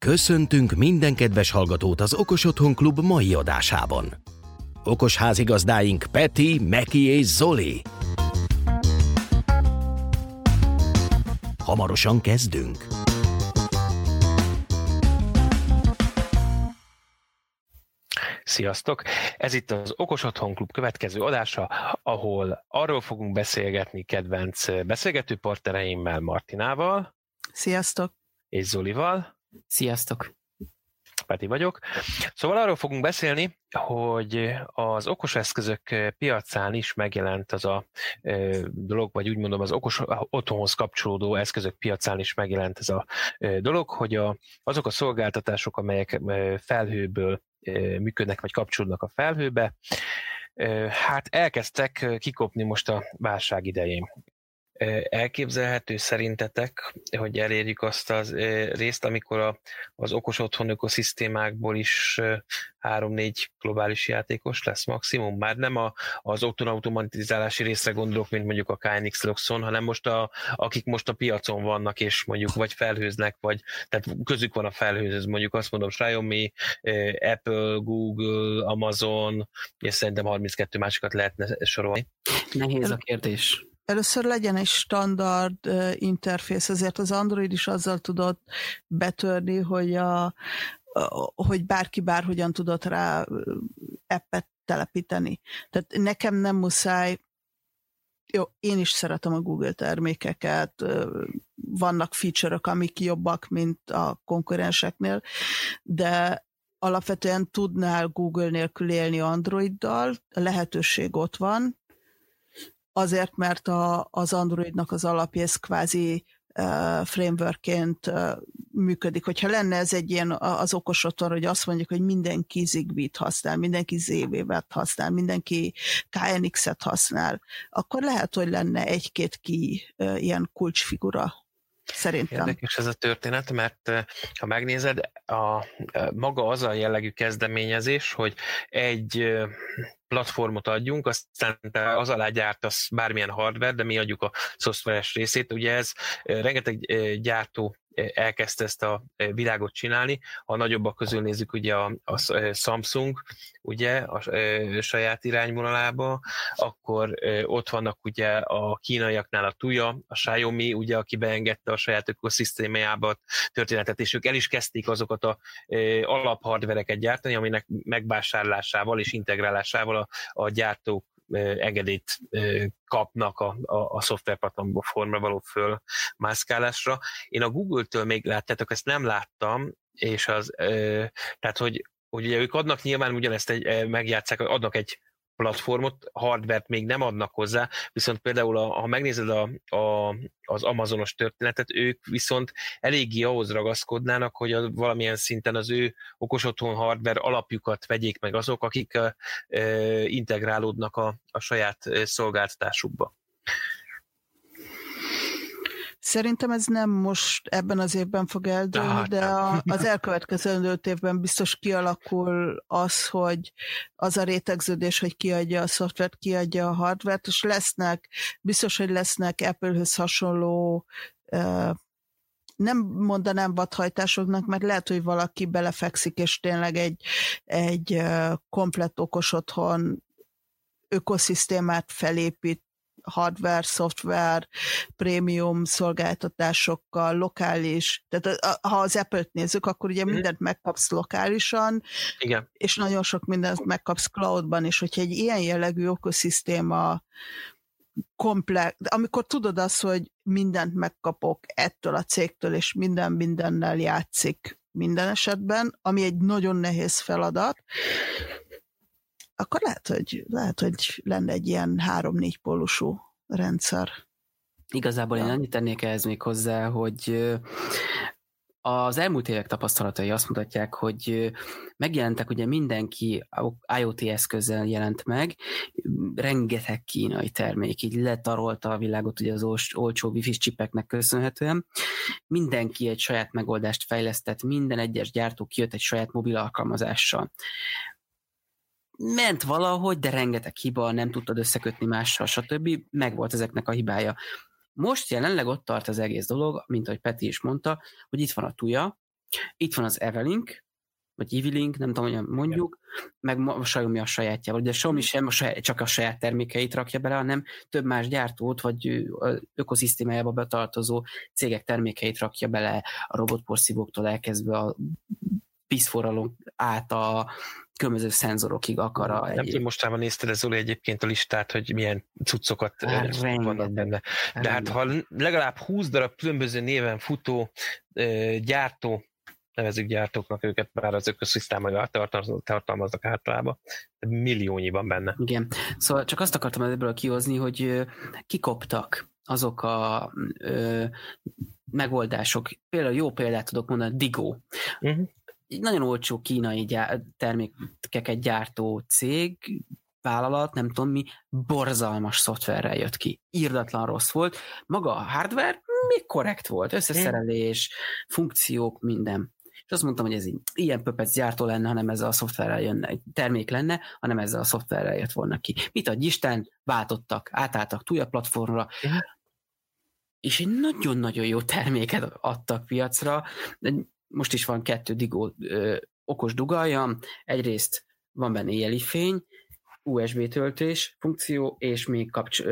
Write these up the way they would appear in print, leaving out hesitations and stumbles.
Köszöntünk minden kedves hallgatót az Okos Otthon Klub mai adásában. Okos házigazdáink Peti, Meki és Zoli. Hamarosan kezdünk. Sziasztok! Ez itt az Okos Otthon Klub következő adása, ahol arról fogunk beszélgetni kedvenc beszélgető partnereimmel, Martinával. Sziasztok! És Zolival. Sziasztok! Peti vagyok. Szóval arról fogunk beszélni, hogy az okos eszközök piacán is megjelent az a dolog, vagy úgy mondom, az okos otthonhoz kapcsolódó eszközök piacán is megjelent ez a dolog, hogy azok a szolgáltatások, amelyek felhőből működnek, vagy kapcsolódnak a felhőbe, hát elkezdtek kikopni most a válság idején. Elképzelhető szerintetek, hogy elérjük azt az részt, amikor az okos otthon ökoszisztémákból is 3-4 globális játékos lesz maximum? Már nem az otthon automatizálási részre gondolok, mint mondjuk a KNX Luxon, hanem most akik most a piacon vannak, és mondjuk vagy felhőznek, vagy tehát közük van a felhőzőz, mondjuk azt mondom, Xiaomi, Apple, Google, Amazon, és szerintem 32 másikat lehetne sorolni. Nehéz a kérdés. Először legyen egy standard interfész, ezért az Android is azzal tudott betörni, hogy bárki bárhogyan tudott rá appet telepíteni. Tehát nekem nem muszáj, jó, én is szeretem a Google termékeket, vannak feature-ök, amik jobbak, mint a konkurenseknél, de alapvetően tudnál Google nélkül élni Androiddal, a lehetőség ott van, azért, mert az Androidnak az alapja ez kvázi frameworkként működik. Hogyha lenne ez egy ilyen az okos otthon, hogy azt mondjuk, hogy mindenki Zigbee-t használ, mindenki ZWave-t használ, mindenki KNX-et használ, akkor lehet, hogy lenne egy-két ilyen kulcsfigura. Szerintem. Érdekes ez a történet, mert ha megnézed, maga az a jellegű kezdeményezés, hogy egy platformot adjunk, aztán az alá gyártasz bármilyen hardware, de mi adjuk a szoftveres részét. Ugye ez rengeteg gyártó elkezdte ezt a világot csinálni. Ha a nagyobbak közül nézzük, ugye a Samsung, ugye a saját irányvonalába, akkor ott vannak ugye a kínaiaknál a Tuya, a Xiaomi, ugye, aki beengedte a saját ökoszisztémájába a történetet, és ők el is kezdték azokat a alaphardvereket gyártani, aminek megvásárlásával és integrálásával a gyártók engedélyt kapnak a szoftverplatformra való fölmászkálásra. Én a Google-től még láttátok, ezt nem láttam, és tehát, hogy ugye ők adnak nyilván ugyanezt megjátszák, hogy adnak egy platformot, hardvert még nem adnak hozzá, viszont például ha megnézed az Amazonos történetet, ők viszont eléggé ahhoz ragaszkodnának, hogy valamilyen szinten az ő okos otthon hardware alapjukat vegyék meg azok, akik integrálódnak a saját szolgáltatásukba. Szerintem ez nem most ebben az évben fog eldőlni, de az elkövetkező 5 évben biztos kialakul az, hogy az a rétegződés, hogy kiadja a szoftvert, kiadja a hardvert, és biztos, hogy lesznek Apple-höz hasonló, nem mondanám vadhajtásoknak, mert lehet, hogy valaki belefekszik, és tényleg egy komplett okos otthon ökoszisztémát felépít, hardware, szoftver, prémium szolgáltatásokkal, lokális, tehát ha az Apple-t nézzük, akkor ugye mindent megkapsz lokálisan, igen, és nagyon sok mindent megkapsz cloudban, és hogyha egy ilyen jellegű ökoszisztéma komplex, amikor tudod azt, hogy mindent megkapok ettől a cégtől, és mindennel játszik minden esetben, ami egy nagyon nehéz feladat, akkor lehet, hogy lenne egy ilyen 3-4 pólusú rendszer. Igazából én annyit tennék ehhez még hozzá, hogy az elmúlt évek tapasztalatai azt mutatják, hogy megjelentek, ugye mindenki IoT eszközzel jelent meg, rengeteg kínai termék, így letarolta a világot ugye az olcsó wifi csipeknek köszönhetően. Mindenki egy saját megoldást fejlesztett, minden egyes gyártó kijött egy saját mobil alkalmazással. Ment valahogy, de rengeteg hiba, nem tudtad összekötni mással, stb. Megvolt ezeknek a hibája. Most jelenleg ott tart az egész dolog, mint ahogy Peti is mondta, hogy itt van a Tuya, Itt van az Evelink, vagy Evilink, nem tudom, hogy mondjuk, meg a Xiaomi a sajátjával. De Xiaomi sem csak a saját termékeit rakja bele, hanem több más gyártót, vagy ökoszisztémájába betartozó cégek termékeit rakja bele, a robotporszívóktól elkezdve a vízforralón át a különböző szenzorokig akar. Nem tudom, mostában nézted, Zoli, egyébként a listát, hogy milyen cuccokat vannak benne. De hát ha legalább 20 darab különböző néven futó gyártó, nevezzük gyártóknak őket, bár az ökoszisztémája tartalmaznak általában, milliónyi van benne. Igen, szóval csak azt akartam ebből kihozni, hogy kikoptak azok a megoldások. Például jó példát tudok mondani, Digo. Nagyon olcsó kínai termékeket gyártó cég, vállalat, nem tudom mi, borzalmas szoftverrel jött ki. Irdatlan rossz volt. Maga a hardware még korrekt volt. Összeszerelés, funkciók, minden. És azt mondtam, hogy ez ilyen pöpec gyártó lenne, hanem ezzel a szoftverrel jönne, egy termék lenne, hanem ezzel a szoftverrel jött volna ki. Mit adj Isten, váltottak, átálltak túl a platformra, és egy nagyon-nagyon jó terméket adtak piacra. Most is van 2 Digo okos dugalja, egyrészt van benne éjjeli fény, USB töltés funkció, és még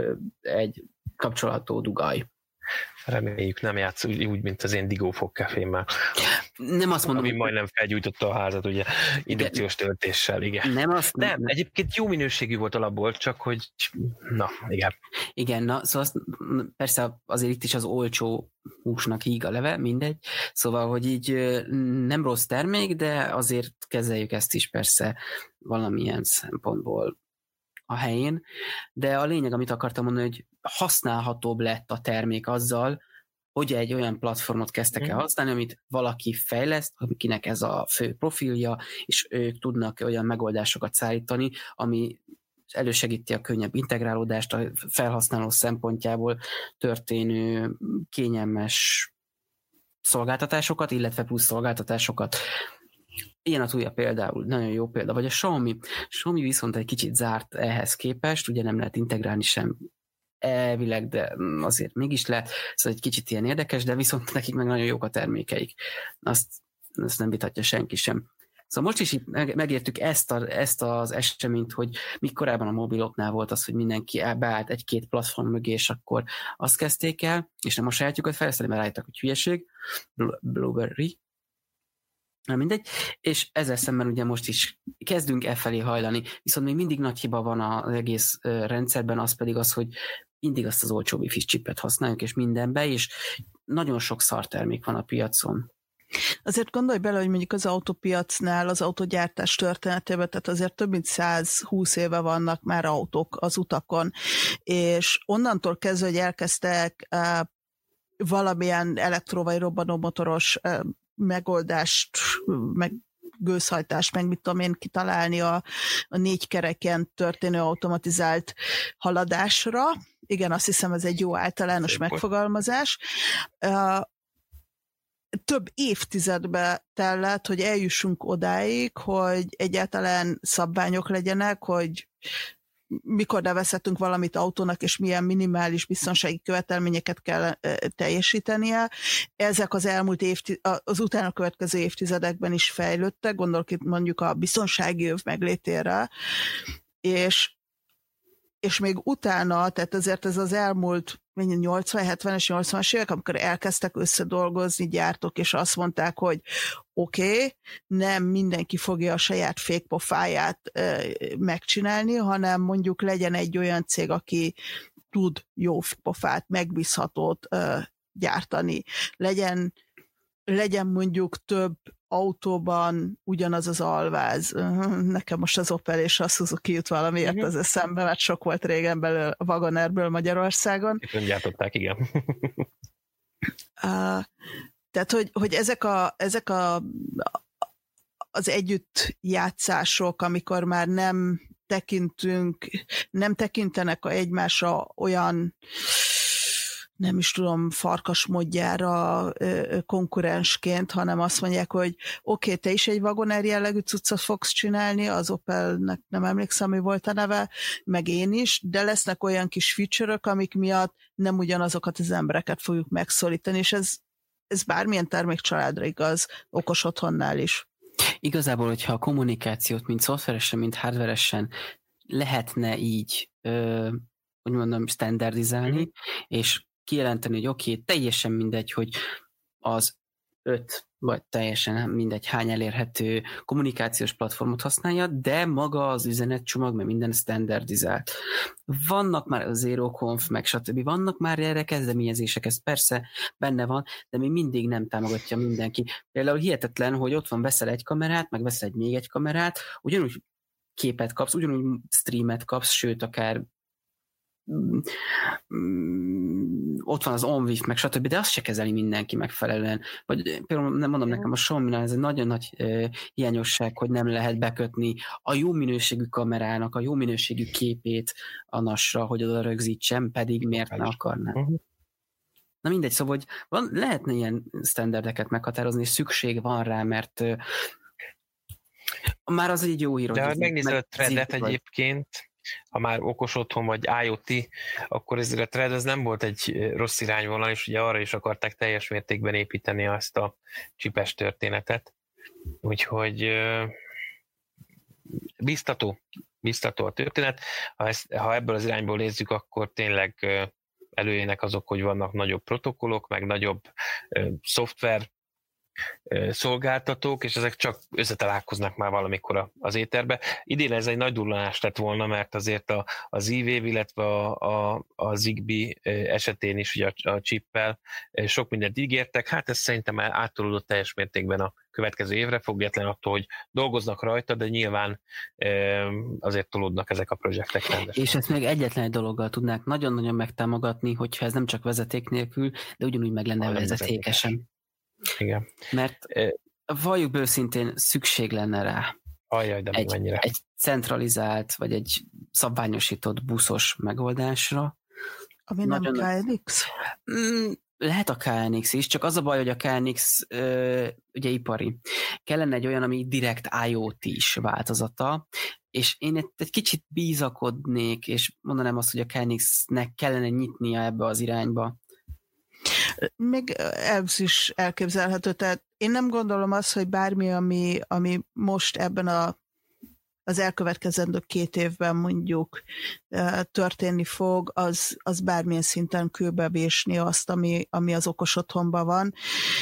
egy kapcsolható dugaj. Reméljük nem játsz úgy, mint az én Digo fogkefémmel. Nem azt mondom, ami majdnem felgyújtotta a házat, ugye, indukciós töltéssel, igen. Nem, egyébként jó minőségű volt alapból, csak hogy, na, igen. Igen, na, szóval persze azért itt is az olcsó húsnak híg a leve, mindegy. Szóval, hogy így nem rossz termék, de azért kezeljük ezt is persze valamilyen szempontból a helyén. De a lényeg, amit akartam mondani, hogy használhatóbb lett a termék azzal, hogy egy olyan platformot kezdtek el használni, amit valaki fejleszt, akinek ez a fő profilja, és ők tudnak olyan megoldásokat szállítani, ami elősegíti a könnyebb integrálódást, a felhasználó szempontjából történő kényelmes szolgáltatásokat, illetve plusz szolgáltatásokat. Ilyen a Tuya például, nagyon jó példa. Vagy a Xiaomi. Xiaomi viszont egy kicsit zárt ehhez képest, ugye nem lehet integrálni sem elvileg, de azért mégis lehet, szóval egy kicsit ilyen érdekes, de viszont nekik meg nagyon jók a termékeik. Azt nem vitatja senki sem. Szóval most is megértük ezt az eseményt, hogy míg korábban a mobiloknál volt az, hogy mindenki beállt egy-két platform mögé, és akkor azt kezdték el, és nem a sajátjukat fejleszteni, mert rájöttek, hogy hülyeség, Blueberry, na mindegy, és ezzel szemben ugye most is kezdünk felé hajlani, viszont még mindig nagy hiba van az egész rendszerben, az pedig az, hogy mindig azt az olcsó wifi chipet használjuk, és mindenbe, és nagyon sok szartermék van a piacon. Azért gondolj bele, hogy mondjuk az autópiacnál, az autógyártás történetében, tehát azért több mint 120 éve vannak már autók az utakon, és onnantól kezdve, hogy elkezdtek valamilyen elektro- vagy robbanómotoros megoldást, meg gőzhajtást, meg mit tudom én kitalálni a 4 kereken történő automatizált haladásra. Igen, azt hiszem, ez egy jó általános megfogalmazás. Több évtizedbe tellett, hogy eljussunk odáig, hogy egyáltalán szabványok legyenek, hogy mikor nevezhetünk valamit autónak, és milyen minimális biztonsági követelményeket kell teljesítenie. Ezek az elmúlt az utána következő évtizedekben is fejlődtek, gondolok itt mondjuk a biztonsági öv meglétére, és még utána, tehát azért ez az elmúlt 80-70-es, 80-as évek, amikor elkezdtek összedolgozni gyártók, és azt mondták, hogy oké, nem mindenki fogja a saját fékpofáját megcsinálni, hanem mondjuk legyen egy olyan cég, aki tud jó pofát, megbízhatót gyártani. Legyen mondjuk több autóban ugyanaz az alváz. Nekem most az Opel és a Suzuki jut valamiért az eszembe, mert sok volt régen belőle a Wagonerből Magyarországon. Éppen gyártották, igen. Tehát, hogy ezek az együttjátszások, amikor már nem tekintenek egymásra olyan, nem is tudom, farkas módjára konkurensként, hanem azt mondják, hogy oké, te is egy Wagoner jellegű cuccot fogsz csinálni, az Opelnek nem emlékszem, mi volt a neve, meg én is, de lesznek olyan kis feature-ök, amik miatt nem ugyanazokat az embereket fogjuk megszólítani, és ez bármilyen termékcsaládra igaz, okos otthonnál is. Igazából, hogyha a kommunikációt, mint szoftveresen, mint hardveresen lehetne így, úgy mondom, standardizálni, és kijelenteni, hogy oké, teljesen mindegy, hogy az 5 vagy teljesen mindegy hány elérhető kommunikációs platformot használja, de maga az üzenetcsomag, mert minden standardizált. Vannak már a ZeroConf, meg stb. Vannak már erre kezdeményezések, ez persze benne van, de még mindig nem támogatja mindenki. Például hihetetlen, hogy ott van, veszel egy kamerát, meg veszel még egy kamerát, ugyanúgy képet kapsz, ugyanúgy streamet kapsz, sőt, akár ott van az OnVIF, meg stb., de azt se kezeli mindenki megfelelően. Vagy például nem mondom nekem a Xiaomi-nál, ez egy nagyon nagy hiányosság, hogy nem lehet bekötni a jó minőségű kamerának, a jó minőségű képét a NAS-ra, hogy oda rögzítsem, pedig miért ne akarná. Na mindegy, szóval, hogy lehetne ilyen standardeket meghatározni, és szükség van rá, mert már az egy jó hír. De ha megnézed a Threadet egyébként, ha már okos otthon vagy IoT, akkor ez a Thread ez nem volt egy rossz irányvonal, és ugye arra is akarták teljes mértékben építeni azt a csipes történetet. Úgyhogy biztató a történet. Ha ebből az irányból nézzük, akkor tényleg előjönnek azok, hogy vannak nagyobb protokollok, meg nagyobb szoftver szolgáltatók, és ezek csak összetalálkoznak már valamikor az éterbe. Idén ez egy nagy durranás lett volna, mert azért az Z-Wave, illetve a Zigbee esetén is ugye a chippel sok mindent ígértek, hát ez szerintem áttolódott teljes mértékben a következő évre, függetlenül attól, hogy dolgoznak rajta, de nyilván azért tolódnak ezek a projektek rendesen. És ezt még egyetlen egy dologgal tudnák nagyon-nagyon megtámogatni, hogyha ez nem csak vezeték nélkül, de ugyanúgy meg lenne vezetékesen. Igen. Mert valljuk be őszintén, szükség lenne rá. Ajjaj, de egy centralizált, vagy egy szabványosított buszos megoldásra. Ami nem KNX? Lehet a KNX is, csak az a baj, hogy a KNX ugye ipari. Kellene egy olyan, ami direkt IoT-s változata, és én egy kicsit bízakodnék, és mondanám azt, hogy a KNX-nek kellene nyitnia ebbe az irányba. Még ez is elképzelhető, tehát én nem gondolom azt, hogy bármi, ami most ebben az elkövetkezendő 2 évben mondjuk történni fog, az bármilyen szinten kőbevésni azt, ami az okos otthonban van.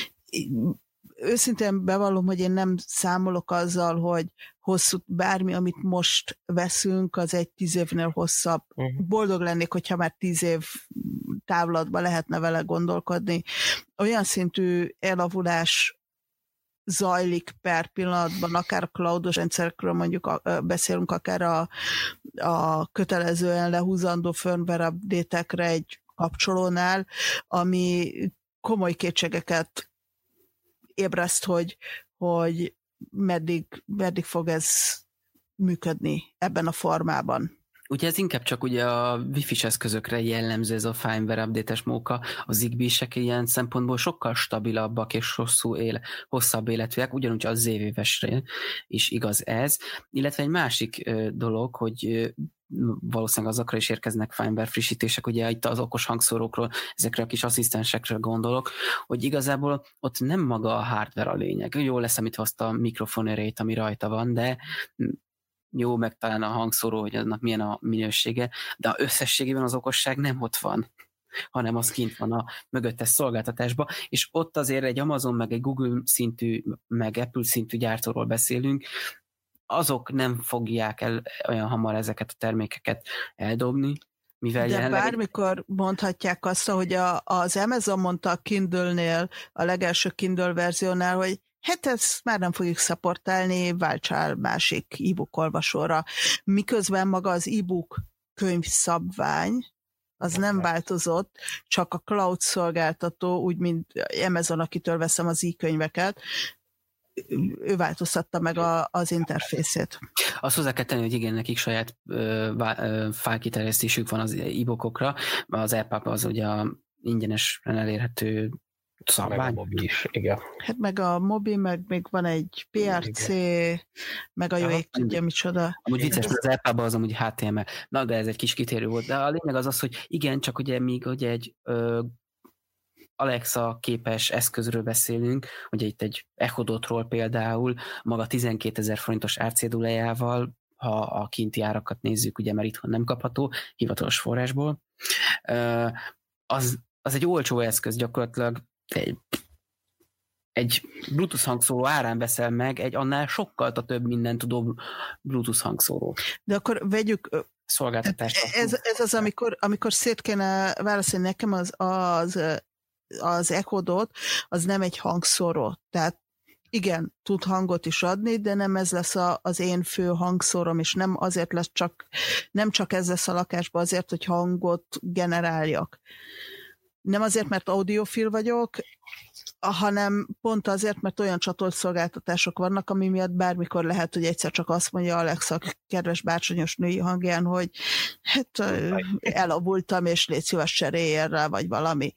Őszintén bevallom, hogy én nem számolok azzal, hogy bármi, amit most veszünk, az egy 10 évnél hosszabb. Boldog lennék, hogyha már 10 év távlatban lehetne vele gondolkodni. Olyan szintű elavulás zajlik per pillanatban, akár a cloudos rendszerekről mondjuk beszélünk, akár a kötelezően lehúzandó firmware update-ekre egy kapcsolónál, ami komoly kétségeket ébreszt, hogy meddig fog ez működni ebben a formában. Ugye ez inkább csak ugye a Wi-Fi-s eszközökre jellemző ez a firmware update-es móka, a Zigbee-sek ilyen szempontból sokkal stabilabbak és hosszabb életűek, ugyanúgy a Z-Wave-esre is igaz ez. Illetve egy másik dolog, hogy valószínűleg azokra is érkeznek firmware frissítések, ugye itt az okos hangszórókról, ezekre a kis asszisztensekre gondolok, hogy igazából ott nem maga a hardware a lényeg. Jól leszámítva azt a mikrofon erejét, ami rajta van, de jó, meg talán a hangszóró, hogy annak milyen a minősége, de összességében az okosság nem ott van, hanem az kint van a mögöttes szolgáltatásban, és ott azért egy Amazon, meg egy Google szintű, meg Apple szintű gyártóról beszélünk, azok nem fogják el olyan hamar ezeket a termékeket eldobni, mivel de bármikor mondhatják azt, hogy az Amazon mondta a Kindle-nél, a legelső Kindle verziónál, hogy hát ezt már nem fogjuk szapportálni, váltsál másik e-book olvasóra. Miközben maga az e-book könyvszabvány, az nem változott, csak a cloud szolgáltató, úgy mint Amazon, akitől veszem az e-könyveket, ő változtatta meg az interfészét. Azt hozzá kell tenni, hogy igen, nekik saját fájlkiterjesztésük van az e-bookokra, az EPUB az ugye a ingyenesen elérhető szabvány. Meg a mobil is, igen. Hát meg a mobil, meg még van egy PRC, igen. Meg a jó ég tudja micsoda. Amúgy vicces, az EPUB az amúgy HTML. Na, de ez egy kis kitérő volt. De a lényeg az, hogy igen, csak ugye még ugye egy Alexa képes eszközről beszélünk, ugye itt egy Echo Dotról például, maga 12 000 forintos árcédulájával, ha a kinti árakat nézzük, ugye, mert itthon nem kapható, hivatalos forrásból. Az egy olcsó eszköz, gyakorlatilag egy Bluetooth hangszóró árán veszel meg egy annál sokkal több mindent tudó Bluetooth hangszóró. De akkor vegyük szolgáltatást. Ez az, amikor szét kéne válaszolni nekem, az Echo Dot, az nem egy hangszóró. Tehát igen, tud hangot is adni, de nem ez lesz az én fő hangszórom, és nem azért lesz nem csak ez lesz a lakásban, azért, hogy hangot generáljak. Nem azért, mert audiofil vagyok, hanem pont azért, mert olyan csatolszolgáltatások vannak, ami miatt bármikor lehet, hogy egyszer csak azt mondja Alexa kedves bácsonyos női hangján, hogy hát elavultam, és légy szíves cseréljél rá, vagy valami.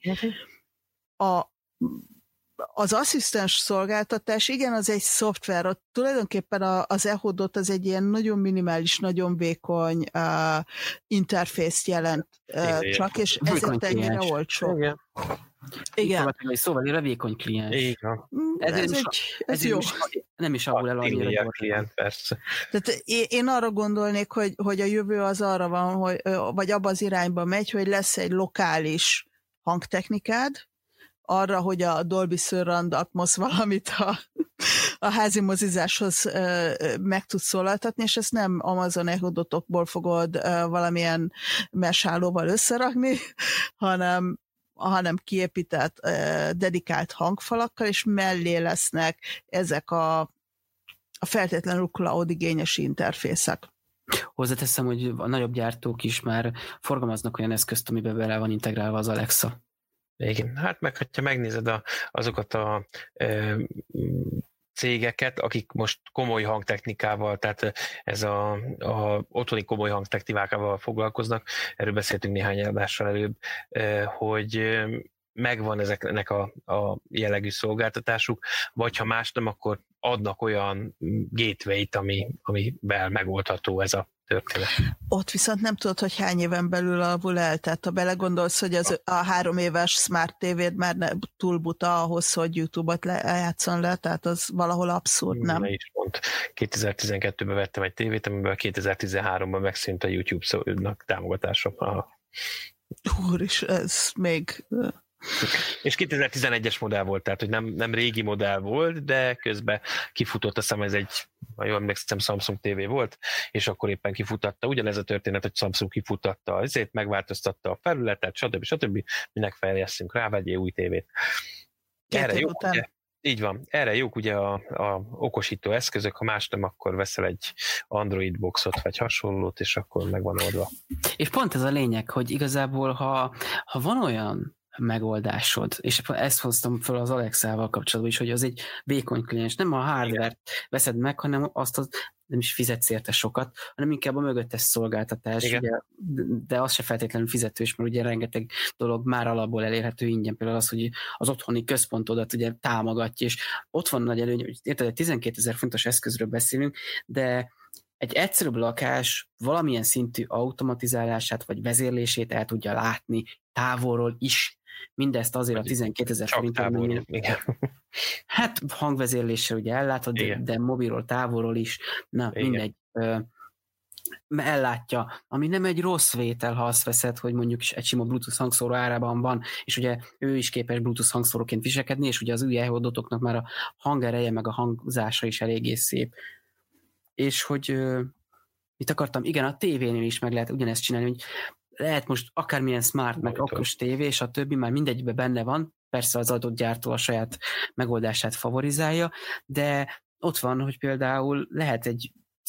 Az asszisztens szolgáltatás, igen, az egy szoftver, ott tulajdonképpen az Echo Dot az egy ilyen nagyon minimális, nagyon vékony interfészt jelent csak, és ezért ennyire olcsó. Igen. Szóval ér a vékony kliens. Igen. Ez jó. Nem is avul el annyira klient, persze. Tehát én arra gondolnék, hogy a jövő az arra van, vagy abba az irányba megy, hogy lesz egy lokális hangtechnikád, arra, hogy a Dolby Surround Atmos valamit a házi mozizáshoz meg tudsz szólaltatni, és ezt nem Amazon Echo Dotokból fogod valamilyen mesh-hálóval összerakni, hanem kiépített, dedikált hangfalakkal, és mellé lesznek ezek a feltétlenül cloud igényes interfészek. Hozzáteszem, hogy a nagyobb gyártók is már forgalmaznak olyan eszközt, amiben bele van integrálva az Alexa. Igen, hát meg ha megnézed azokat a cégeket, akik most komoly hangtechnikával, tehát ez a otthoni komoly hangtechnikával foglalkoznak, erről beszéltünk néhány adással előbb, hogy megvan ezeknek a jellegű szolgáltatásuk, vagy ha más nem, akkor adnak olyan gateway-t, amivel megoldható ez a történet. Ott viszont nem tudod, hogy hány éven belül alvul el, tehát ha belegondolsz, hogy a 3 éves Smart TV-d már túl buta ahhoz, hogy YouTube-ot lejátszon le, tehát az valahol abszurd, nem? Ne is mond. 2012-ben vettem egy tévét, amiből 2013-ban megszűnt a YouTube-nak támogatása. Úris, ez még... És 2011-es modell volt, tehát hogy nem régi modell volt, de közben kifutott, azt hiszem ez egy, ha jól emlékszem, Samsung TV volt, és akkor éppen kifutatta. Ugyanez a történet, hogy Samsung kifutatta, ezért megváltoztatta a felületet, stb. Minek fejlesztünk rá, vegyél új tévét. Erre jó, ugye, így van, erre jók ugye a okosító eszközök, ha más nem, akkor veszel egy Android boxot, vagy hasonlót, és akkor meg van oldva. És pont ez a lényeg, hogy igazából, ha van olyan megoldásod, és ezt hoztam fel az Alexával kapcsolatban is, hogy az egy vékony kliens, nem a hardware-t veszed meg, hanem azt nem is fizetsz érte sokat, hanem inkább a mögöttes szolgáltatás, ugye, de az se feltétlenül fizetős, mert ugye rengeteg dolog már alapból elérhető ingyen, például az, hogy az otthoni központodat ugye támogatja, és ott van nagy előny, hogy érted, egy 12 000 fontos eszközről beszélünk, de egy egyszerűbb lakás valamilyen szintű automatizálását vagy vezérlését el tudja látni távolról is. Mindezt azért a 12 000 forintot. Hát hangvezérléssel ugye ellátod, de mobilról, távolról is. Na, igen. Mindegy. Ellátja, ami nem egy rossz vétel, ha azt veszed, hogy mondjuk egy sima Bluetooth hangszóró árában van, és ugye ő is képes Bluetooth hangszóróként viselkedni, és ugye az új Echo Dotoknak már a hangereje, meg a hangzása is eléggé szép. És hogy mit akartam? Igen, a tévénél is meg lehet ugyanezt csinálni, hogy lehet most akármilyen smart, meg okos tévé, és a többi már mindegyikben benne van, persze az adott gyártó a saját megoldását favorizálja, de ott van, hogy például lehet egy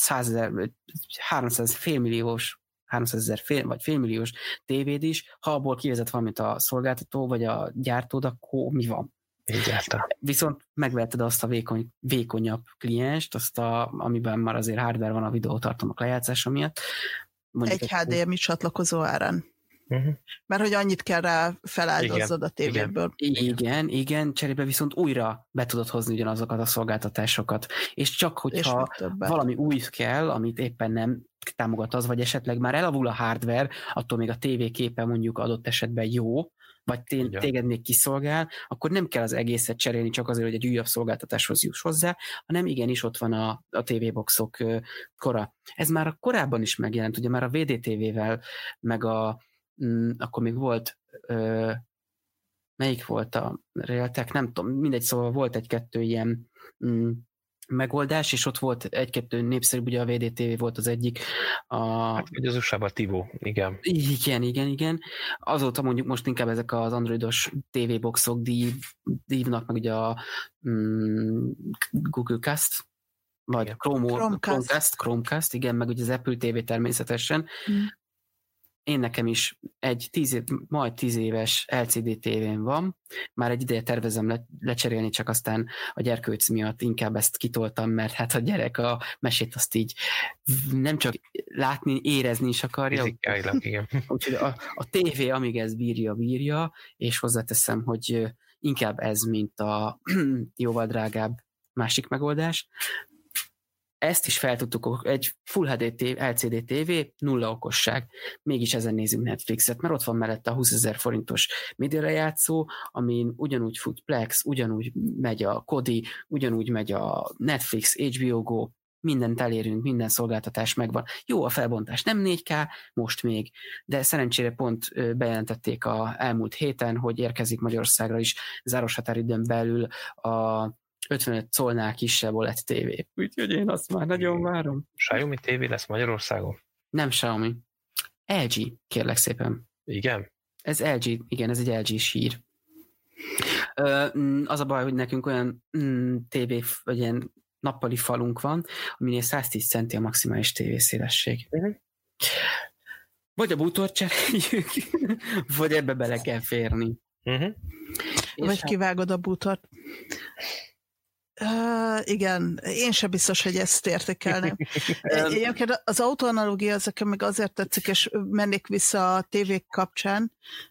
300 félmilliós tévéd is, ha abból kivezet valamit a szolgáltató, vagy a gyártód, akkor mi van? Viszont megveheted azt a vékonyabb klienst, amiben már azért hardware van a videótartalmak lejátszása miatt. Mondjuk egy HDMI csatlakozó árán. Mert hogy annyit kell rá feláldozzad a tévéből. Igen, cserébe viszont újra be tudod hozni ugyanazokat a szolgáltatásokat. És csak hogyha valami új kell, amit éppen nem támogat az, vagy esetleg már elavul a hardware, attól még a tévé képe mondjuk adott esetben jó, vagy téged még kiszolgál, akkor nem kell az egészet cserélni csak azért, hogy egy újabb szolgáltatáshoz juss hozzá, hanem igenis ott van a TV-boxok kora. Ez már korábban is megjelent, ugye már a VDTV-vel, meg akkor még volt melyik volt a Realtek, nem tudom, mindegy, szóval volt egy-kettő ilyen megoldás, és ott volt egy-kettő népszerűbb, ugye a VDTV volt az egyik. Hát, vagy az USA-ban Tivo, igen. Igen. Azóta mondjuk most inkább ezek az androidos TV-boxok dívnak, meg ugye a Google Cast, vagy Chromecast, igen, meg ugye az Apple TV természetesen. Én nekem is majd 10 éves LCD tévém van, már egy ideje tervezem lecserélni, csak aztán a gyerkőc miatt inkább ezt kitoltam, mert hát a gyerek a mesét azt így nem csak látni, érezni is akarja. Fizikailag, igen. Úgyhogy a tévé, amíg ez bírja, és hozzáteszem, hogy inkább ez, mint a jóval drágább másik megoldás. Ezt is feltudtuk, egy Full HD LCD TV, 0 okosság. Mégis ezen nézünk Netflixet, mert ott van mellette a 20 000 forintos médialejátszó, amin ugyanúgy fut Plex, ugyanúgy megy a Kodi, ugyanúgy megy a Netflix, HBO Go, mindent elérünk, minden szolgáltatás megvan. Jó a felbontás, nem 4K, most még, de szerencsére pont bejelentették a elmúlt héten, hogy érkezik Magyarországra is záros határidőn belül a 55 colnál kisebb OLED TV. Úgyhogy én azt már nagyon várom. Xiaomi TV lesz Magyarországon? Nem Xiaomi. LG, kérlek szépen. Igen? Ez LG, igen, ez egy LG sír. Az a baj, hogy nekünk olyan TV, vagy ilyen nappali falunk van, aminél 110 centi a maximális tévészélesség. Vagy a bútort cseréljük, vagy ebbe bele kell férni. Vagy kivágod a bútort. Igen, én sem biztos, hogy ezt értékelném. Egyébként az autóanalógia az nekem meg azért tetszik, és mennék vissza a tévék kapcsán,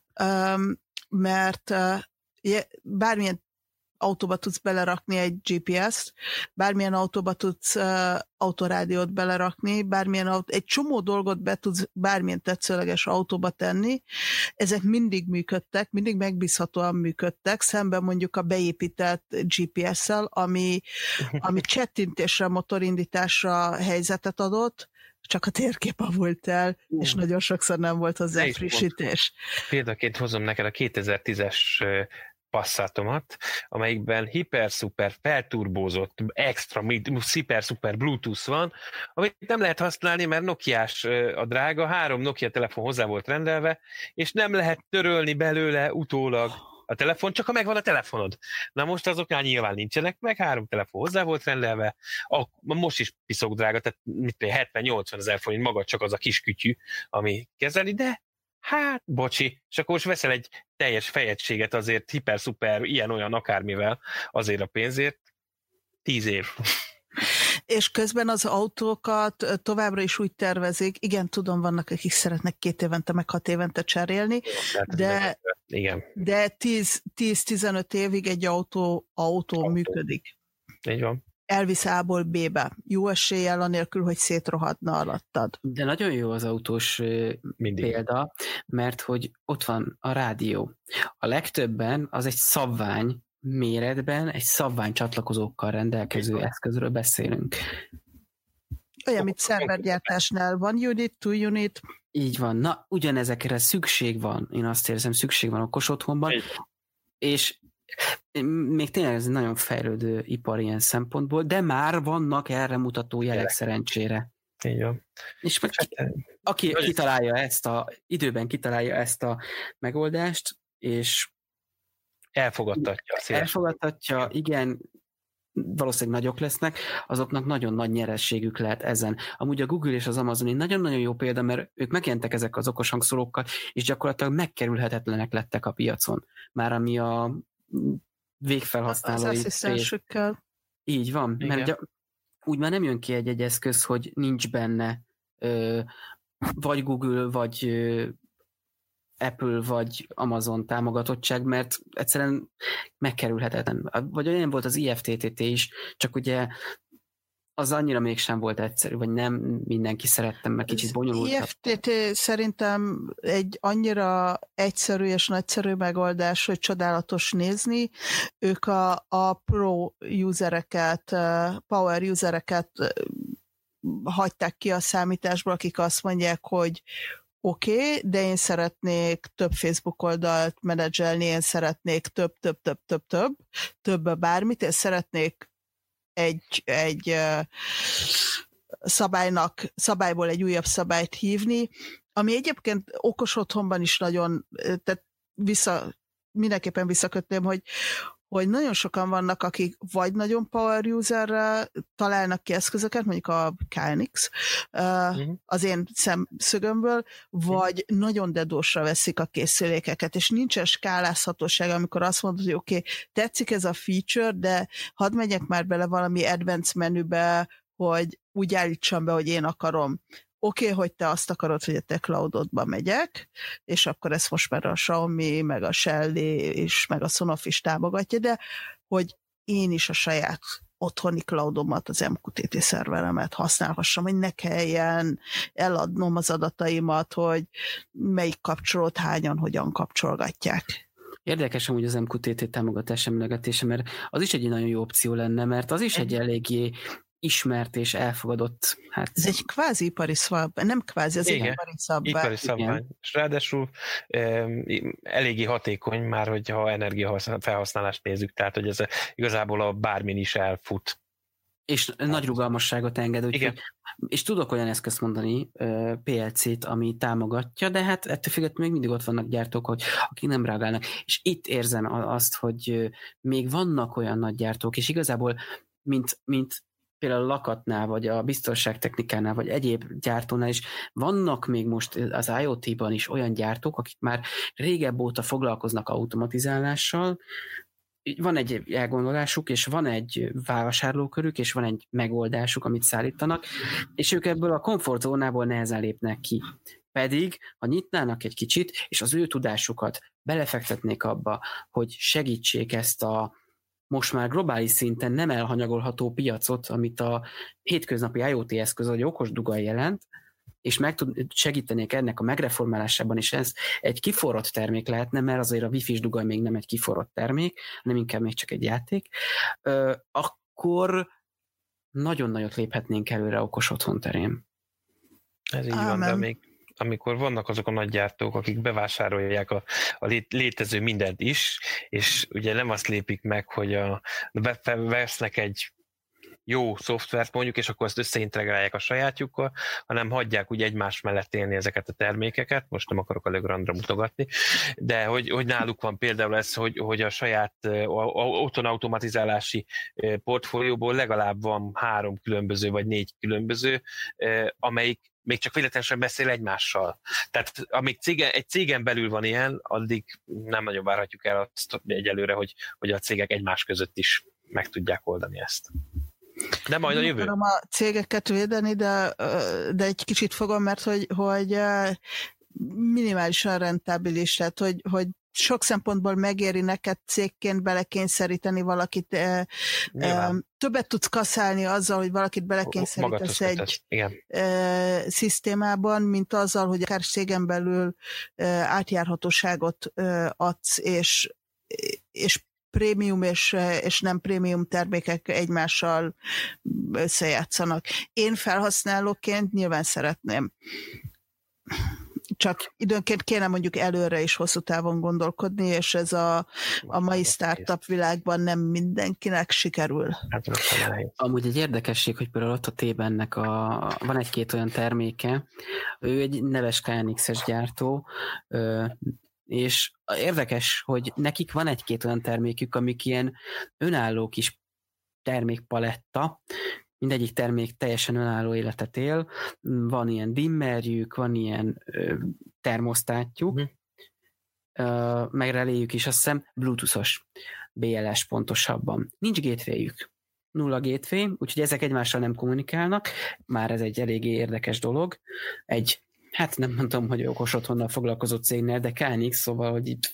mert bármilyen autóba tudsz belerakni egy GPS-t, bármilyen autóba tudsz autorádiót belerakni, egy csomó dolgot be tudsz bármilyen tetszőleges autóba tenni. Ezek mindig működtek, mindig megbízhatóan működtek, szemben mondjuk a beépített GPS-szel, ami csettintésre, motorindításra helyzetet adott, csak a térkép avult el, és nagyon sokszor nem volt hozzá frissítés. Példaként hozom neked a 2010-es Passatomat, amelyikben hiper-szuper felturbózott, extra, hiper-szuper Bluetooth van, amit nem lehet használni, mert Nokiás a drága, 3 Nokia telefon hozzá volt rendelve, és nem lehet törölni belőle utólag a telefon, csak ha megvan a telefonod. Na most azok már nyilván nincsenek meg, 3 telefon hozzá volt rendelve, most is piszok drága, tehát 70-80 ezer forint maga csak az a kis kütyű, ami kezeli, de hát, bocsi, és akkor most veszel egy teljes fejegységet azért hiper-szuper, ilyen-olyan akármivel azért a pénzért, 10 év. És közben az autókat továbbra is úgy tervezik, igen, tudom, vannak, akik szeretnek 2 évente, meg 6 évente cserélni, de 10-15 évig egy autó működik. Így van. Elvisz A-ból B-be. Jó eséllyel anélkül, hogy szétrohadna alattad. De nagyon jó az autós példa, mert hogy ott van a rádió. A legtöbben az egy szabvány méretben, egy szabvány csatlakozókkal rendelkező eszközről beszélünk. Olyan, mint szervergyártásnál van unit, 2 unit. Így van. Na, ugyanezekre szükség van. Én azt érzem, szükség van okos otthonban. És még tényleg ez nagyon fejlődő ipar ilyen szempontból, de már vannak erre mutató jelek szerencsére. Így van. És aki időben kitalálja ezt a megoldást, és elfogadtatja, igen, valószínűleg nagyok lesznek, azoknak nagyon nagy nyerességük lehet ezen. Amúgy a Google és az Amazon egy nagyon-nagyon jó példa, mert ők megjelentek ezek az okos hangszórókkal, és gyakorlatilag megkerülhetetlenek lettek a piacon. Már ami a végfelhasználói... Az asszisztensükkel. Így van, igen. Mert úgy már nem jön ki egy eszköz, hogy nincs benne vagy Google, vagy Apple, vagy Amazon támogatottság, mert egyszerűen megkerülhetetlen. Vagy olyan volt az IFTTT is, csak ugye az annyira mégsem volt egyszerű, vagy nem mindenki szerette, mert kicsit bonyolult. IFTT szerintem egy annyira egyszerű és nagyszerű megoldás, hogy csodálatos nézni. Ők a pro usereket, power usereket hagyták ki a számításból, akik azt mondják, hogy oké, de én szeretnék több Facebook oldalt menedzselni, én szeretnék több bármit, én szeretnék egy szabályból egy újabb szabályt hívni, ami egyébként okos otthonban is nagyon, tehát mindenképpen visszakötném, hogy nagyon sokan vannak, akik vagy nagyon power userrel találnak ki eszközöket, mondjuk a KNX, az én szemszögömből, vagy nagyon dedósra veszik a készülékeket, és nincsen skálázhatóság, amikor azt mondod, hogy oké, tetszik ez a feature, de hadd megyek már bele valami advanced menübe, hogy úgy állítsam be, hogy én akarom. Oké, hogy te azt akarod, hogy a te cloudodba megyek, és akkor ezt most már a Xiaomi, meg a Shelly és meg a Sonoff is támogatja, de hogy én is a saját otthoni cloudomat, az MQTT szerveremet használhassam, hogy ne kelljen eladnom az adataimat, hogy melyik kapcsolót hányan, hogyan kapcsolgatják. Érdekes amúgy az MQTT támogatás emlegetése, mert az is egy nagyon jó opció lenne, mert az is egy eléggé ismert és elfogadott. Hát... Ez egy kvázi ipari szabvány, nem kvázi, ez egy ipari szabvány. Ipari szabvány. És ráadásul eléggé hatékony már, hogyha energiafelhasználást nézzük, tehát hogy ez igazából a bármin is elfut. És nagy rugalmasságot enged, úgyhogy, és tudok olyan eszközt mondani, PLC-t, ami támogatja, de hát ettől függetlenül még mindig ott vannak gyártók, akik nem reagálnak. És itt érzem azt, hogy még vannak olyan nagy gyártók, és igazából, mint például a Lakatnál, vagy a biztonságtechnikánál, vagy egyéb gyártónál is vannak még most az IoT-ban is olyan gyártók, akik már régebb óta foglalkoznak automatizálással, van egy elgondolásuk, és van egy vásárlókörük, és van egy megoldásuk, amit szállítanak, és ők ebből a komfortzónából nehezen lépnek ki. Pedig, ha nyitnának egy kicsit, és az ő tudásukat belefektetnék abba, hogy segítsék ezt a most már globális szinten nem elhanyagolható piacot, amit a hétköznapi IoT eszköz, vagy okos duga jelent, és segítenék ennek a megreformálásában, és ez egy kiforrott termék lehetne, mert azért a Wi-Fi-s dugaj még nem egy kiforrott termék, hanem inkább még csak egy játék, akkor nagyon nagyot léphetnénk előre okos otthon terén. Ez így van, de még amikor vannak azok a nagy gyártók, akik bevásárolják a létező mindent is, és ugye nem azt lépik meg, hogy vesznek egy jó szoftvert mondjuk, és akkor azt összeintegrálják a sajátjukkal, hanem hagyják úgy egymás mellett élni ezeket a termékeket, most nem akarok a Legrandra mutogatni, de hogy náluk van például ez, hogy a saját otthon automatizálási portfólióból legalább van 3 különböző, vagy 4 különböző, amelyik még csak véletlenül beszél egymással. Tehát amíg egy cégen belül van ilyen, addig nem nagyon várhatjuk el azt egyelőre, hogy a cégek egymás között is meg tudják oldani ezt. De majd a jövő. Nem akarom a cégeket védeni, de egy kicsit fogom, mert hogy minimálisan rentábilis, tehát hogy sok szempontból megéri neked cégként belekényszeríteni valakit, többet tudsz kaszálni azzal, hogy valakit belekényszerítesz egy szisztémában, mint azzal, hogy akár cégen belül átjárhatóságot adsz, és prémium és nem prémium termékek egymással összejátszanak. Én felhasználóként nyilván szeretném. Csak időnként kéne mondjuk előre is hosszú távon gondolkodni, és ez a mai startup világban nem mindenkinek sikerül. Amúgy egy érdekesség, hogy például ott a T-bennek van egy-két olyan terméke, ő egy neves KNX-es gyártó, és érdekes, hogy nekik van egy-két olyan termékük, amik ilyen önálló kis termékpaletta, mindegyik termék teljesen önálló életet él, van ilyen dimmerjük, van ilyen termosztátjuk, meg reléjük is, azt hiszem Bluetooth-os BLS pontosabban. Nincs gatewayjük. 0 gateway, úgyhogy ezek egymással nem kommunikálnak, már ez egy eléggé érdekes dolog. Hát nem mondtam, hogy okos otthonnal foglalkozó cégnél, de KNX, szóval, hogy itt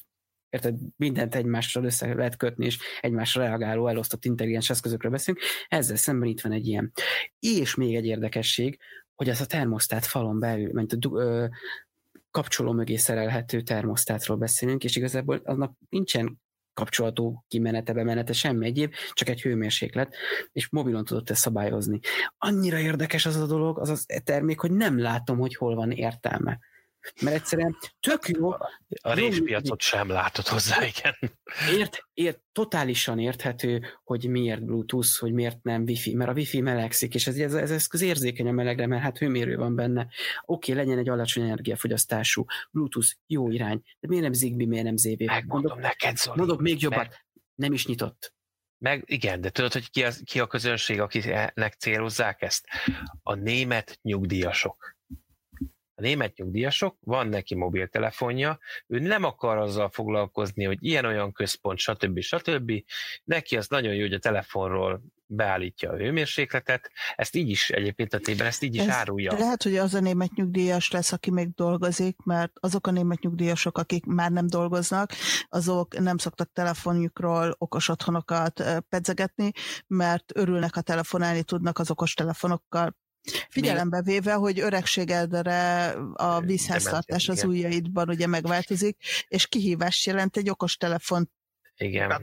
érted, mindent egymással össze lehet kötni, és egymásra reagáló, elosztott intelligens eszközökről beszélünk, ezzel szemben itt van egy ilyen. És még egy érdekesség, hogy ez a termosztát falon belül, mint a kapcsoló mögé szerelhető termosztátról beszélünk, és igazából annak nincsen kapcsolatú kimenete, bemenete, semmi egyéb, csak egy hőmérséklet, és mobilon tudott ezt szabályozni. Annyira érdekes az a dolog, az a termék, hogy nem látom, hogy hol van értelme. Mert egyszerűen tök jó. A réspiacot sem látod hozzá, igen. Totálisan érthető, hogy miért Bluetooth, hogy miért nem Wi-Fi, mert a Wi-Fi melegszik, és ez eszköz érzékeny a melegre, mert hát hőmérő van benne. Oké, legyen egy alacsony energiafogyasztású Bluetooth, jó irány, de miért nem Zigbee, miért nem ZV? Megmondom neked, Zoli. Mondok még jobbat, nem is nyitott. Igen, de tudod, hogy ki a közönség, akinek célozzák ezt? A német nyugdíjasok. A német nyugdíjasok, van neki mobiltelefonja, ő nem akar azzal foglalkozni, hogy ilyen-olyan központ, stb. Neki az nagyon jó, hogy a telefonról beállítja a hőmérsékletet, ezt így is egyébként a tében, ezt így is árulja. Lehet, hogy az a német nyugdíjas lesz, aki még dolgozik, mert azok a német nyugdíjasok, akik már nem dolgoznak, azok nem szoktak telefonjukról okos otthonokat pedzegetni, mert örülnek, ha telefonálni tudnak az okos telefonokkal. Figyelembe véve, hogy öregségedre a vízháztartás az ujjaidban ugye megváltozik, és kihívást jelent egy okos telefon. Igen,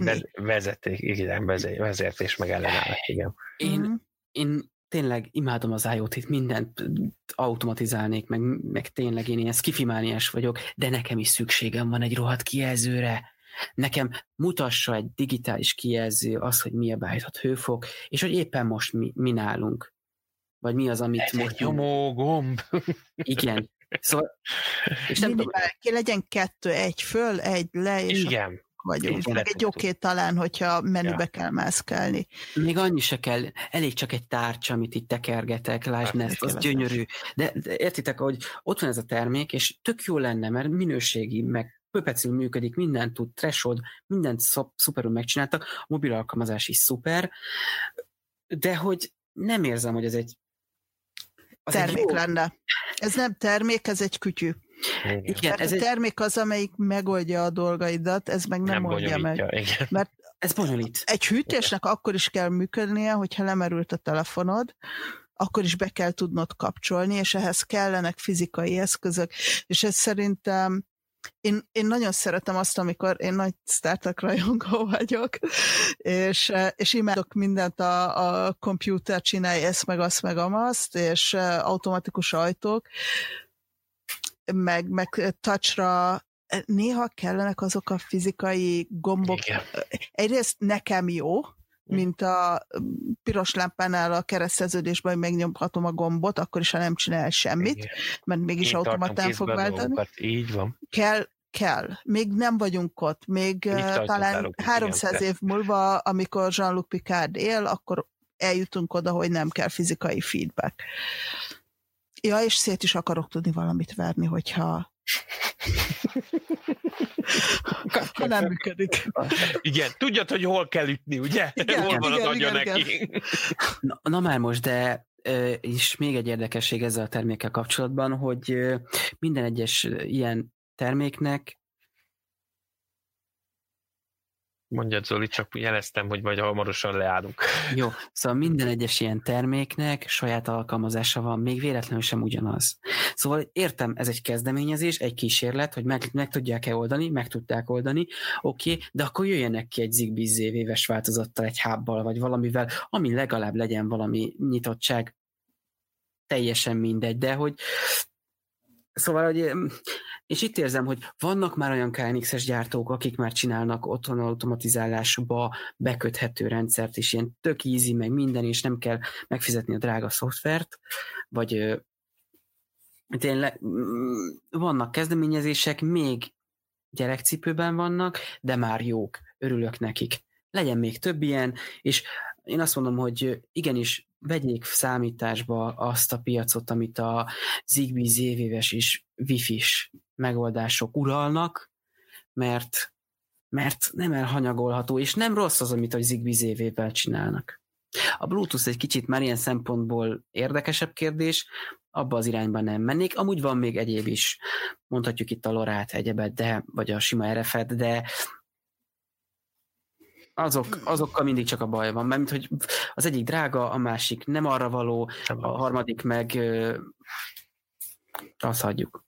vezetés meg ellenállás, igen. Én tényleg imádom az IoT-t, mindent automatizálnék, meg tényleg én ilyen skifimániás vagyok, de nekem is szükségem van egy rohadt kijelzőre. Nekem mutassa egy digitális kijelző az, hogy mi a beállított hőfok, és hogy éppen most mi nálunk. Vagy mi az, amit most... Egy nyomógomb. Igen. Szóval... És nem tudom, ki legyen 2, 1 föl, 1 le, és igen. Vagyunk. Meg egy oké talán, hogyha menübe kell mászkálni. Még annyi se kell, elég csak egy tárcsa, amit itt tekergetek, lásd, az gyönyörű. De értitek, hogy ott van ez a termék, és tök jó lenne, mert minőségi, meg pöpecül működik, mindent tud, threshold, mindent szuperül megcsináltak, a mobil alkalmazás is szuper, de hogy nem érzem, hogy ez egy termék lenne. Ez nem termék, ez egy kütyű. Igen, ez a termék az, amelyik megoldja a dolgaidat, ez meg nem oldja meg. Igen. Mert ez bonyolít. Egy hűtésnek akkor is kell működnie, hogyha lemerült a telefonod, akkor is be kell tudnod kapcsolni, és ehhez kellenek fizikai eszközök, és ez szerintem én nagyon szeretem azt, amikor én nagy Star Trek rajongó vagyok, és imádok mindent a komputer csinálja, ezt meg azt meg amazt, és automatikus ajtók, meg touchra néha kellenek azok a fizikai gombok. Igen. Egyrészt nekem jó, mint a piros lámpánál a kereszteződésben, hogy megnyomhatom a gombot, akkor is, ha nem csinál semmit, igen. Mert mégis automatán fog váltani. Így van. Kell. Még nem vagyunk ott. Még talán 300 év múlva, amikor Jean-Luc Picard él, akkor eljutunk oda, hogy nem kell fizikai feedback. Ja, és szét is akarok tudni valamit verni, hogyha ha nem működik. Igen, tudjad, hogy hol kell ütni, ugye? Igen, hol van igen, az agya igen, neki. Igen. Na már most, de és még egy érdekesség ezzel a termékkel kapcsolatban, hogy minden egyes ilyen terméknek Mondjad, Zoli, csak jeleztem, hogy majd hamarosan leállunk. Jó, szóval minden egyes ilyen terméknek saját alkalmazása van, még véletlenül sem ugyanaz. Szóval értem, ez egy kezdeményezés, egy kísérlet, hogy meg tudják-e oldani, meg tudták oldani, oké, de akkor jöjjenek ki egy Zigbee ZV-ves változattal, egy hubbal, vagy valamivel, ami legalább legyen valami nyitottság, teljesen mindegy, de hogy szóval, hogy és itt érzem, hogy vannak már olyan KNX-es gyártók, akik már csinálnak otthon automatizálásba beköthető rendszert, és ilyen tök easy, meg minden, és nem kell megfizetni a drága szoftvert, vagy tényleg vannak kezdeményezések, még gyerekcipőben vannak, de már jók, örülök nekik. Legyen még több ilyen, és én azt mondom, hogy igenis vegyék számításba azt a piacot, amit a Zigbee ZV-ves és Wi-Fi-s megoldások uralnak, mert nem elhanyagolható, és nem rossz az, amit a Zigbee ZV-vel csinálnak. A Bluetooth egy kicsit már ilyen szempontból érdekesebb kérdés, abba az irányban nem mennék. Amúgy van még egyéb is, mondhatjuk itt a LoRa-t, egyebet, vagy a sima RF-et, de azokkal mindig csak a baj van, mert hogy az egyik drága, a másik nem arra való, a harmadik meg azt hagyjuk.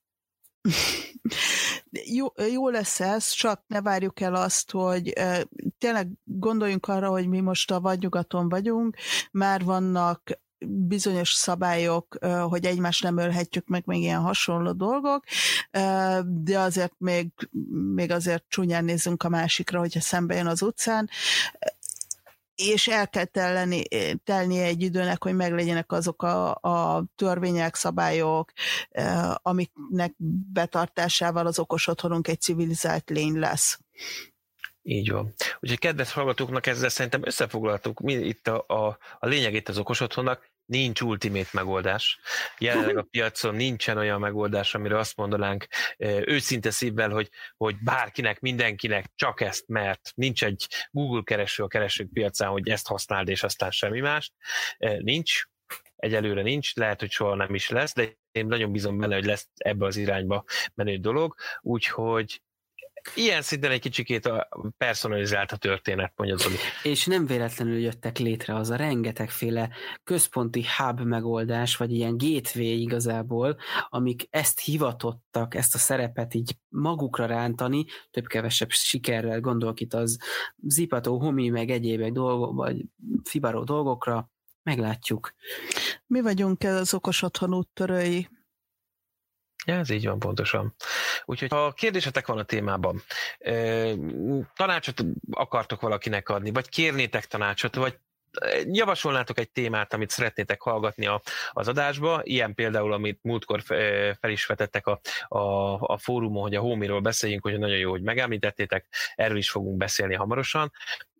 Jó lesz ez, csak ne várjuk el azt, hogy tényleg gondoljunk arra, hogy mi most a vadnyugaton vagyunk, már vannak bizonyos szabályok, hogy egymást nem ölhetjük meg ilyen hasonló dolgok, de azért még azért csúnyán nézzünk a másikra, hogyha szembe jön az utcán, és el kell telnie egy időnek, hogy meglegyenek azok a törvények, szabályok, amiknek betartásával az okos otthonunk egy civilizált lény lesz. Így van. Úgyhogy kedves hallgatóknak ezzel szerintem összefoglaltuk, mi itt a lényeg itt az okos otthonnak, nincs ultimate megoldás. Jelenleg a piacon nincsen olyan megoldás, amire azt mondanánk őszinte szívvel, hogy bárkinek, mindenkinek csak ezt, mert nincs egy Google kereső a keresők piacán, hogy ezt használd, és aztán semmi más. Nincs. Egyelőre nincs, lehet, hogy soha nem is lesz, de én nagyon bízom benne, hogy lesz ebbe az irányba menő dolog, úgyhogy ilyen szinten egy kicsikét personalizált a történet, mondja Zoli. És nem véletlenül jöttek létre az a rengetegféle központi hub megoldás, vagy ilyen gateway igazából, amik ezt hivatottak, ezt a szerepet így magukra rántani, több-kevesebb sikerrel, gondolok itt az Zipato, Homi, meg egyébek dolgok, vagy Fibaro dolgokra, meglátjuk. Mi vagyunk az okos otthon úttörői. Ja, ez így van pontosan. Úgyhogy ha kérdésetek van a témában, tanácsot akartok valakinek adni, vagy kérnétek tanácsot, vagy javasolnátok egy témát, amit szeretnétek hallgatni az adásba, ilyen például, amit múltkor fel is vetettek a fórumon, hogy a Homiról beszéljünk, hogy nagyon jó, hogy megemlítettétek, erről is fogunk beszélni hamarosan.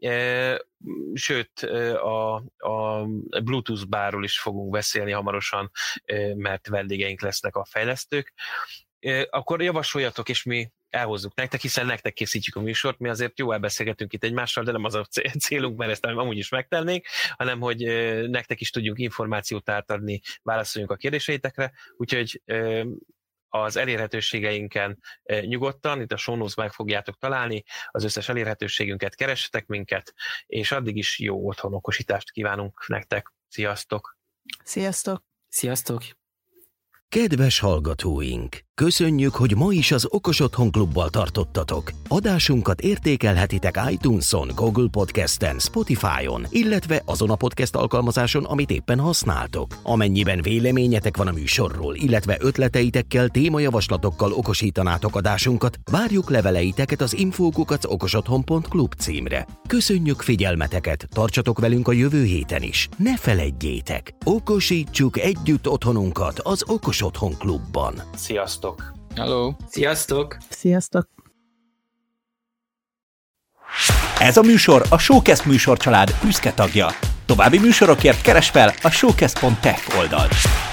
Sőt, a Bluetooth bárról is fogunk beszélni hamarosan, mert vendégeink lesznek a fejlesztők. Akkor javasoljatok, és mi elhozzuk nektek, hiszen nektek készítjük a műsort, mi azért jó elbeszélgetünk itt egymással, de nem az a célunk, mert ezt amúgy is megtennénk, hanem hogy nektek is tudjunk információt átadni, válaszoljunk a kérdéseitekre, úgyhogy az elérhetőségeinken nyugodtan, itt a show notes meg fogjátok találni, az összes elérhetőségünket, keressetek minket, és addig is jó otthonokosítást kívánunk nektek. Sziasztok! Sziasztok! Sziasztok! Kedves hallgatóink! Köszönjük, hogy ma is az Okos Otthon Klubbal tartottatok. Adásunkat értékelhetitek iTunes-on, Google Podcasten, Spotify-on, illetve azon a podcast alkalmazáson, amit éppen használtok. Amennyiben véleményetek van a műsorról, illetve ötleteitekkel, témajavaslatokkal okosítanátok adásunkat, várjuk leveleiteket az info@okosotthon.club címre. Köszönjük figyelmeteket, tartsatok velünk a jövő héten is. Ne feledjétek, okosítsuk együtt otthonunkat az Okos Otthon Klubban. Sziasztok! Hello! Sziasztok! Sziasztok! Ez a műsor a Showcast műsorcsalád büszke tagja. További műsorokért keresd fel a showcast.tech oldalt.